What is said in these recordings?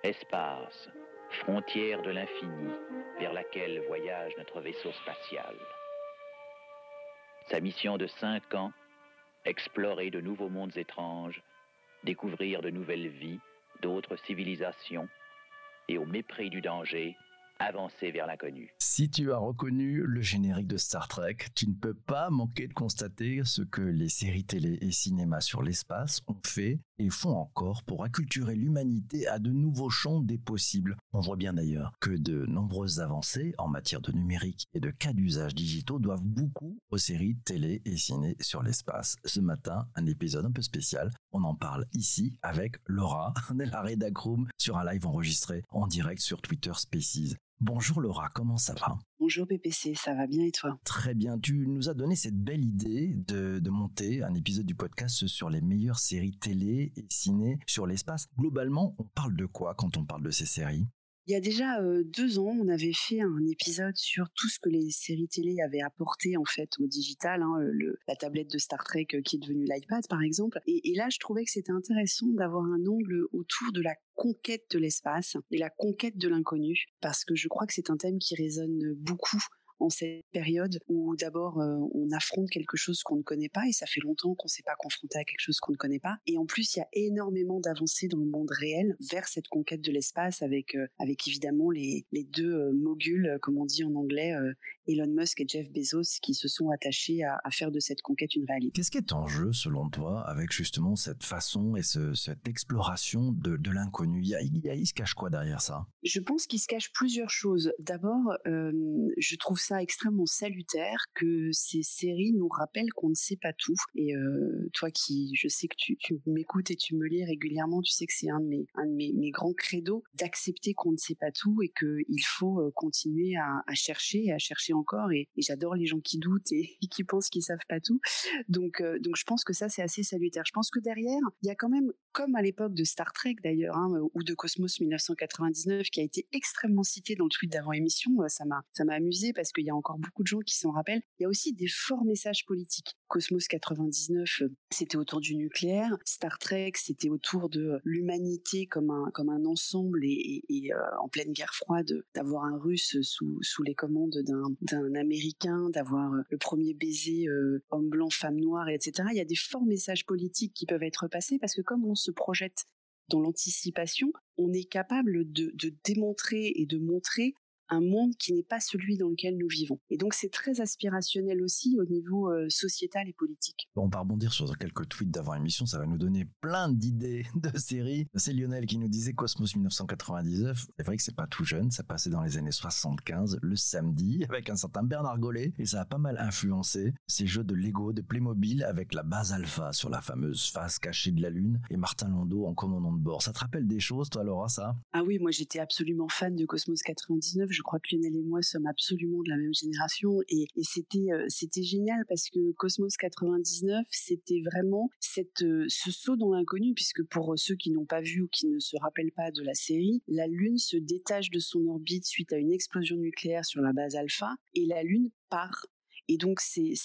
Espace, frontière de l'infini, vers laquelle voyage notre vaisseau spatial. Sa mission de 5 ans, explorer de nouveaux mondes étranges, découvrir de nouvelles vies, d'autres civilisations, et au mépris du danger, avancer vers l'inconnu. Si tu as reconnu le générique de Star Trek, tu ne peux pas manquer de constater ce que les séries télé et cinéma sur l'espace ont fait et font encore pour acculturer l'humanité à de nouveaux champs des possibles. On voit bien d'ailleurs que de nombreuses avancées en matière de numérique et de cas d'usage digitaux doivent beaucoup aux séries télé et ciné sur l'espace. Ce matin, un épisode un peu spécial. On en parle ici avec Laura, de la Rédac Room, sur un live enregistré en direct sur Twitter Spaces. Bonjour Laura, comment ça va ? Bonjour PPC, ça va bien et toi ? Très bien, tu nous as donné cette belle idée de monter un épisode du podcast sur les meilleures séries télé et ciné sur l'espace. Globalement, on parle de quoi quand on parle de ces séries ? Il y a déjà 2 ans, on avait fait un épisode sur tout ce que les séries télé avaient apporté en fait au digital, la tablette de Star Trek qui est devenue l'iPad par exemple. Et là, je trouvais que c'était intéressant d'avoir un angle autour de la conquête de l'espace et la conquête de l'inconnu, parce que je crois que c'est un thème qui résonne beaucoup en cette période où d'abord on affronte quelque chose qu'on ne connaît pas et ça fait longtemps qu'on ne s'est pas confronté à quelque chose qu'on ne connaît pas, et en plus il y a énormément d'avancées dans le monde réel vers cette conquête de l'espace avec évidemment les deux moguls comme on dit en anglais, Elon Musk et Jeff Bezos, qui se sont attachés à faire de cette conquête une réalité. Qu'est-ce qui est en jeu selon toi avec justement cette façon et cette exploration de l'inconnu ? Il se cache quoi derrière ça ? Je pense qu'il se cache plusieurs choses. D'abord, je trouve ça extrêmement salutaire que ces séries nous rappellent qu'on ne sait pas tout. Et toi qui, je sais que tu m'écoutes et tu me lis régulièrement, tu sais que c'est un de mes grands credos d'accepter qu'on ne sait pas tout et qu'il faut continuer à chercher et à chercher encore. Et j'adore les gens qui doutent et qui pensent qu'ils savent pas tout. Donc je pense que ça, c'est assez salutaire. Je pense que derrière, il y a quand même, comme à l'époque de Star Trek d'ailleurs, ou de Cosmos 1999, qui a été extrêmement cité dans le tweet d'avant-émission, ça m'a amusé parce qu'il y a encore beaucoup de gens qui s'en rappellent. Il y a aussi des forts messages politiques. Cosmos 99, c'était autour du nucléaire. Star Trek, c'était autour de l'humanité comme un ensemble et en pleine guerre froide, d'avoir un Russe sous les commandes d'un Américain, d'avoir le premier baiser homme blanc, femme noire, etc. Il y a des forts messages politiques qui peuvent être passés parce que comme on se projette dans l'anticipation, on est capable de démontrer et de montrer un monde qui n'est pas celui dans lequel nous vivons. Et donc c'est très aspirationnel aussi au niveau sociétal et politique. On va rebondir sur quelques tweets d'avant-émission, ça va nous donner plein d'idées de séries. C'est Lionel qui nous disait Cosmos 1999. C'est vrai que c'est pas tout jeune, ça passait dans les années 75, le samedi, avec un certain Bernard Gollet, et ça a pas mal influencé ces jeux de Lego, de Playmobil, avec la base alpha sur la fameuse face cachée de la Lune, et Martin Landau en commandant de bord. Ça te rappelle des choses, toi Laura, ça ? Ah oui, moi j'étais absolument fan de Cosmos 99. Je crois que Lionel et moi sommes absolument de la même génération et c'était génial parce que Cosmos 99, c'était vraiment ce saut dans l'inconnu, puisque pour ceux qui n'ont pas vu ou qui ne se rappellent pas de la série, la Lune se détache de son orbite suite à une explosion nucléaire sur la base Alpha et la Lune part. Et donc,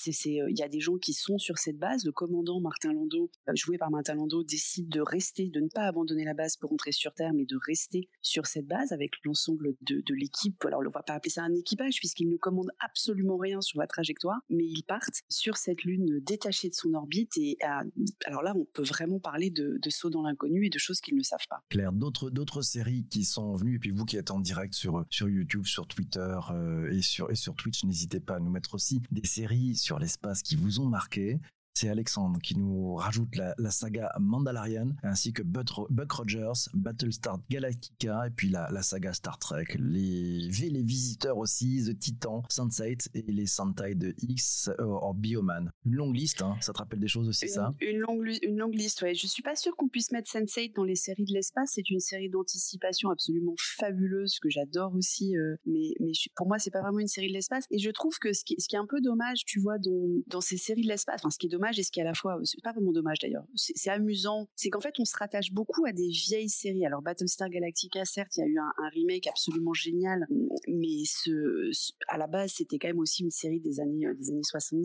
il y a des gens qui sont sur cette base. Le commandant Martin Landau, joué par Martin Landau, décide de rester, de ne pas abandonner la base pour rentrer sur Terre, mais de rester sur cette base avec l'ensemble de l'équipe. Alors, on ne va pas appeler ça un équipage puisqu'ils ne commandent absolument rien sur la trajectoire, mais ils partent sur cette Lune détachée de son orbite. Et alors là, on peut vraiment parler de saut dans l'inconnu et de choses qu'ils ne savent pas. Claire, d'autres séries qui sont venues, et puis vous qui êtes en direct sur YouTube, sur Twitter et sur Twitch, n'hésitez pas à nous mettre aussi des séries sur l'espace qui vous ont marqué. C'est Alexandre qui nous rajoute la saga Mandalorian, ainsi que Buck Rogers, Battlestar Galactica, et puis la saga Star Trek, les visiteurs aussi, The Titan, Sense8 et les Sentai de X or Bioman. Une longue liste, hein. Ça te rappelle des choses aussi, ça ? Une longue liste, ouais. Je suis pas sûre qu'on puisse mettre Sense8 dans les séries de l'espace. C'est une série d'anticipation absolument fabuleuse que j'adore aussi, mais pour moi, c'est pas vraiment une série de l'espace. Et je trouve que ce qui est un peu dommage, tu vois, dans ces séries de l'espace, enfin, ce qui est dommage et ce qui est à la fois, c'est pas vraiment dommage d'ailleurs, c'est amusant, c'est qu'en fait on se rattache beaucoup à des vieilles séries. Alors Battlestar Galactica, certes, il y a eu un remake absolument génial, mais à la base c'était quand même aussi une série des années 70, hein.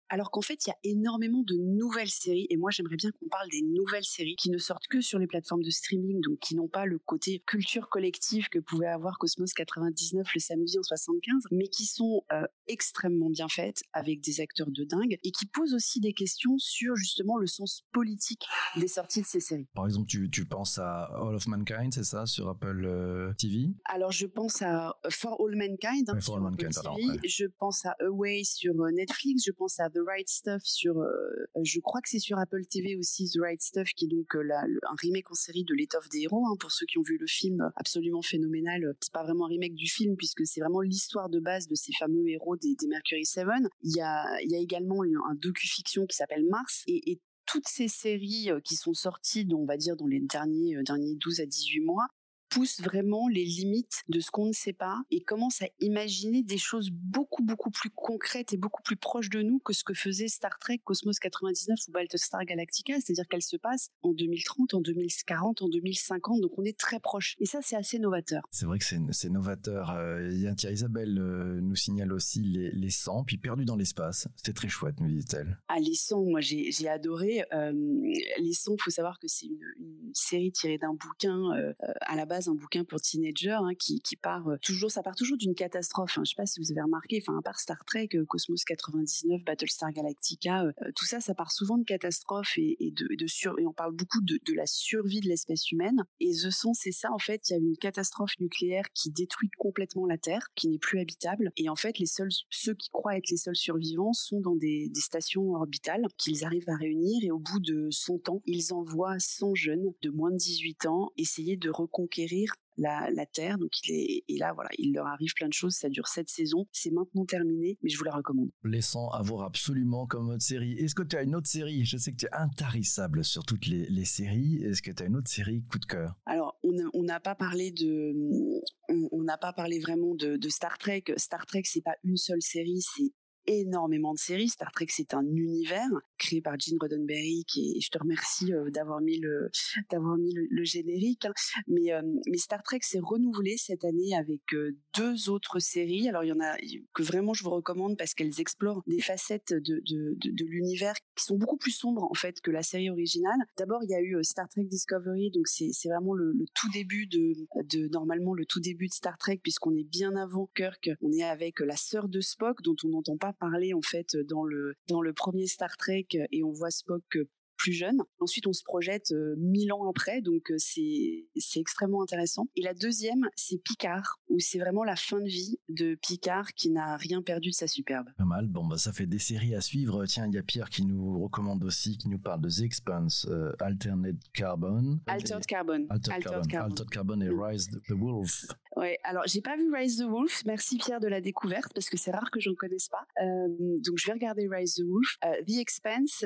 Alors qu'en fait, il y a énormément de nouvelles séries, et moi j'aimerais bien qu'on parle des nouvelles séries qui ne sortent que sur les plateformes de streaming, donc qui n'ont pas le côté culture collective que pouvait avoir Cosmos 99 le samedi en 75, mais qui sont extrêmement bien faites, avec des acteurs de dingue, et qui posent aussi des questions sur justement le sens politique des sorties de ces séries. Par exemple, tu penses à All of Mankind, c'est ça, sur Apple TV? Alors je pense à For All Mankind, For sur All Apple Mankind, TV, pardon, ouais. je pense à Away sur Netflix, je pense à The Right Stuff sur, je crois que c'est sur Apple TV aussi, The Right Stuff, qui est donc un remake en série de L'étoffe des héros, hein, pour ceux qui ont vu le film, absolument phénoménal. C'est pas vraiment un remake du film, puisque c'est vraiment l'histoire de base de ces fameux héros des Mercury 7. Il y a également un docu-fiction qui s'appelle Mars, et toutes ces séries qui sont sorties, on va dire, dans les derniers 12 à 18 mois, pousse vraiment les limites de ce qu'on ne sait pas et commence à imaginer des choses beaucoup, beaucoup plus concrètes et beaucoup plus proches de nous que ce que faisait Star Trek, Cosmos 99 ou Battlestar Galactica, c'est-à-dire qu'elles se passent en 2030, en 2040, en 2050, donc on est très proche. Et ça, c'est assez novateur. C'est vrai que c'est novateur. Isabelle nous signale aussi les 100, puis Perdus dans l'espace. C'est très chouette, nous dit-elle. Ah, les 100, moi j'ai adoré. Les 100, il faut savoir que c'est une série tirée d'un bouquin, à la base un bouquin pour teenagers, hein, qui part toujours, ça part toujours d'une catastrophe. Hein. Je sais pas si vous avez remarqué, à part Star Trek, Cosmos 99, Battlestar Galactica, tout ça, ça part souvent de catastrophes et on parle beaucoup de la survie de l'espèce humaine. Et The 100, c'est ça, en fait, il y a une catastrophe nucléaire qui détruit complètement la Terre, qui n'est plus habitable. Et en fait, ceux qui croient être les seuls survivants sont dans des stations orbitales qu'ils arrivent à réunir, et au bout de 100 ans, ils envoient 100 jeunes de moins de 18 ans essayer de reconquérir la Terre. Donc et là, voilà, il leur arrive plein de choses. Ça dure 7 saisons. C'est maintenant terminé, mais je vous la recommande. Les 100 à voir absolument comme autre série. Est-ce que tu as une autre série? Je sais que tu es intarissable sur toutes les séries. Est-ce que tu as une autre série coup de cœur? Alors, on n'a pas parlé vraiment de Star Trek. Star Trek, c'est pas une seule série, c'est énormément de séries. Star Trek, c'est un univers créé par Gene Roddenberry, et je te remercie d'avoir mis le générique. Hein. Mais Star Trek s'est renouvelé cette année avec 2 autres séries. Alors il y en a que vraiment je vous recommande parce qu'elles explorent des facettes de l'univers qui sont beaucoup plus sombres en fait que la série originale. D'abord il y a eu Star Trek Discovery, donc c'est vraiment le tout début normalement le tout début de Star Trek, puisqu'on est bien avant Kirk. On est avec la sœur de Spock dont on n'entend pas parler en fait dans le premier Star Trek, et on voit Spock plus jeune. Ensuite, on se projette 1000 ans après, donc c'est extrêmement intéressant. Et la deuxième, c'est Picard, où c'est vraiment la fin de vie de Picard qui n'a rien perdu de sa superbe. Pas mal. Bon, ça fait des séries à suivre. Tiens, il y a Pierre qui nous recommande aussi, qui nous parle de The Expanse, Altered Carbon et Rise the Wolf. Ouais, alors j'ai pas vu Rise the Wolf. Merci Pierre de la découverte, parce que c'est rare que j'en connaisse pas. Donc je vais regarder Rise the Wolf. The Expanse,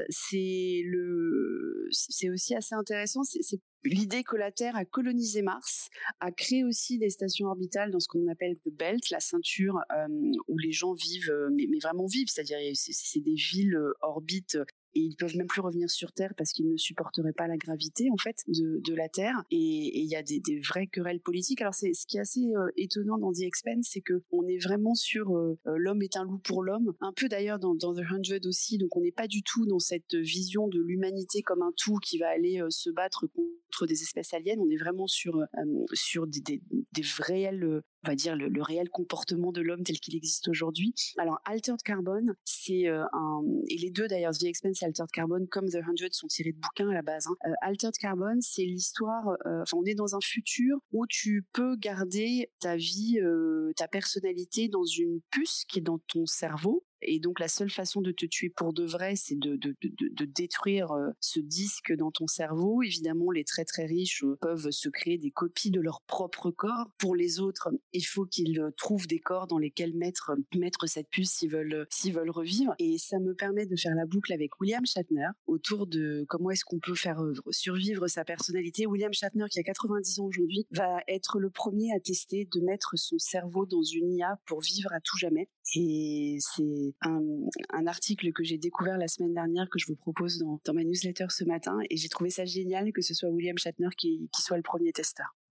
c'est aussi assez intéressant. C'est l'idée que la Terre a colonisé Mars, a créé aussi des stations orbitales dans ce qu'on appelle the belt, la ceinture, où les gens vivent, mais vraiment vivent, c'est-à-dire c'est des villes orbites. Et ils peuvent même plus revenir sur Terre parce qu'ils ne supporteraient pas la gravité en fait de la Terre. Et il y a des vraies querelles politiques. Alors ce qui est assez étonnant dans The Expanse, c'est que on est vraiment sur l'homme est un loup pour l'homme. Un peu d'ailleurs dans The 100 aussi. Donc on n'est pas du tout dans cette vision de l'humanité comme un tout qui va aller se battre contre des espèces aliens. On est vraiment sur des réels, on va dire le réel comportement de l'homme tel qu'il existe aujourd'hui. Alors Altered Carbon, c'est et les deux d'ailleurs, The Expanse et Altered Carbon, comme The 100, sont tirés de bouquins à la base. Hein. Altered Carbon, c'est l'histoire, on est dans un futur où tu peux garder ta vie, ta personnalité dans une puce qui est dans ton cerveau. Et donc la seule façon de te tuer pour de vrai, c'est de détruire ce disque dans ton cerveau. Évidemment, les très très riches peuvent se créer des copies de leur propre corps. Pour les autres, il faut qu'ils trouvent des corps dans lesquels mettre cette puce s'ils veulent revivre. Et ça me permet de faire la boucle avec William Shatner autour de comment est-ce qu'on peut faire survivre sa personnalité. William Shatner, qui a 90 ans aujourd'hui, va être le premier à tester de mettre son cerveau dans une IA pour vivre à tout jamais. Et c'est un article que j'ai découvert la semaine dernière, que je vous propose dans ma newsletter ce matin, et j'ai trouvé ça génial que ce soit William Shatner qui soit le premier testeur.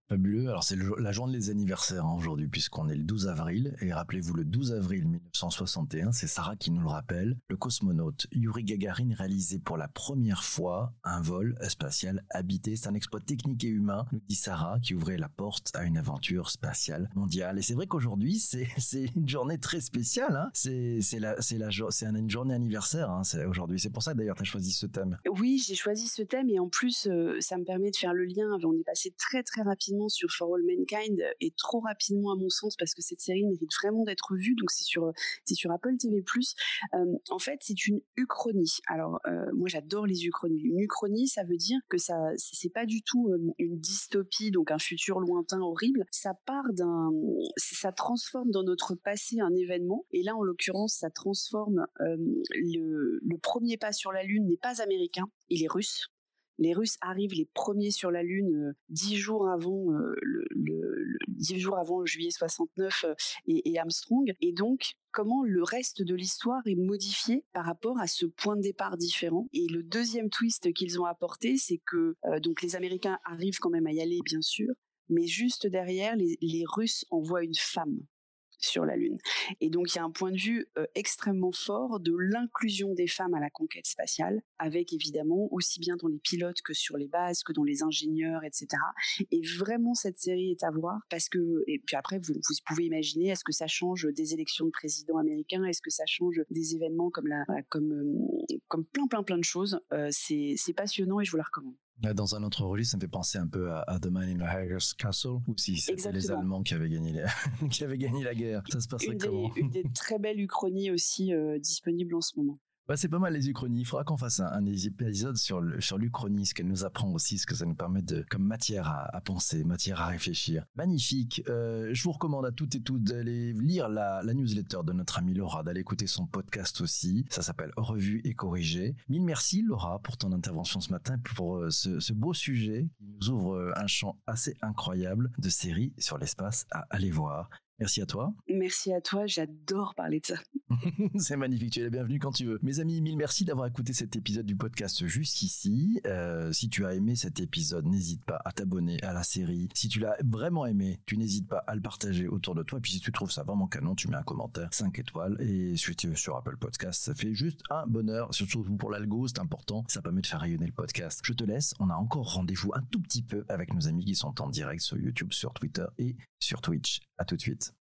Fabuleux. Alors c'est la journée des anniversaires aujourd'hui puisqu'on est le 12 avril et rappelez-vous le 12 avril 1961, c'est Sarah qui nous le rappelle, le cosmonaute Yuri Gagarin réalisait pour la première fois un vol spatial habité. C'est un exploit technique et humain, nous dit Sarah, qui ouvrait la porte à une aventure spatiale mondiale. Et c'est vrai qu'aujourd'hui c'est une journée très spéciale. Hein. C'est une journée anniversaire. Hein, aujourd'hui. C'est pour ça d'ailleurs tu as choisi ce thème. Oui, j'ai choisi ce thème et en plus ça me permet de faire le lien. On est passé très très rapidement sur For All Mankind et trop rapidement à mon sens parce que cette série mérite vraiment d'être vue. Donc c'est sur Apple TV+. En fait, c'est une uchronie. Alors moi j'adore les uchronies. Une uchronie, ça veut dire que c'est pas du tout une dystopie, donc un futur lointain horrible. Ça transforme dans notre passé un événement. Et là, en l'occurrence, ça transforme le premier pas sur la Lune n'est pas américain, il est russe. Les Russes arrivent les premiers sur la Lune 10 jours avant 10 jours avant juillet 69 et Armstrong. Et donc, comment le reste de l'histoire est modifié par rapport à ce point de départ différent. Et le deuxième twist qu'ils ont apporté, c'est que donc les Américains arrivent quand même à y aller, bien sûr, mais juste derrière, les Russes envoient une femme sur la Lune. Et donc, il y a un point de vue extrêmement fort de l'inclusion des femmes à la conquête spatiale, avec évidemment aussi bien dans les pilotes que sur les bases, que dans les ingénieurs, etc. Et vraiment, cette série est à voir parce que, et puis après, vous pouvez imaginer, est-ce que ça change des élections de président américain? Est-ce que ça change des événements comme plein de choses? C'est passionnant et je vous la recommande. Dans un autre registre, ça me fait penser un peu à The Man in the High Castle, où si c'était les Allemands qui avaient gagné la guerre. Ça se passerait comment? Une des très belles uchronies aussi disponibles en ce moment. Ouais, c'est pas mal les uchronies. Il faudra qu'on fasse un épisode sur l'uchronie, ce qu'elle nous apprend aussi, ce que ça nous permet comme matière à penser, matière à réfléchir. Magnifique. Je vous recommande à toutes et tous d'aller lire la newsletter de notre amie Laura, d'aller écouter son podcast aussi. Ça s'appelle Revue et corrigé. Mille merci Laura pour ton intervention ce matin, pour ce beau sujet qui nous ouvre un champ assez incroyable de séries sur l'espace à aller voir. Merci à toi. Merci à toi, j'adore parler de ça. C'est magnifique, tu es la bienvenue quand tu veux. Mes amis, mille merci d'avoir écouté cet épisode du podcast jusqu'ici. Si tu as aimé cet épisode, n'hésite pas à t'abonner à la série. Si tu l'as vraiment aimé, tu n'hésites pas à le partager autour de toi. Et puis si tu trouves ça vraiment canon, tu mets un commentaire 5 étoiles. Et si tu es sur Apple Podcast, ça fait juste un bonheur. Surtout pour l'algo, c'est important. Ça permet de faire rayonner le podcast. Je te laisse, on a encore rendez-vous un tout petit peu avec nos amis qui sont en direct sur YouTube, sur Twitter et sur Twitch. À tout de suite.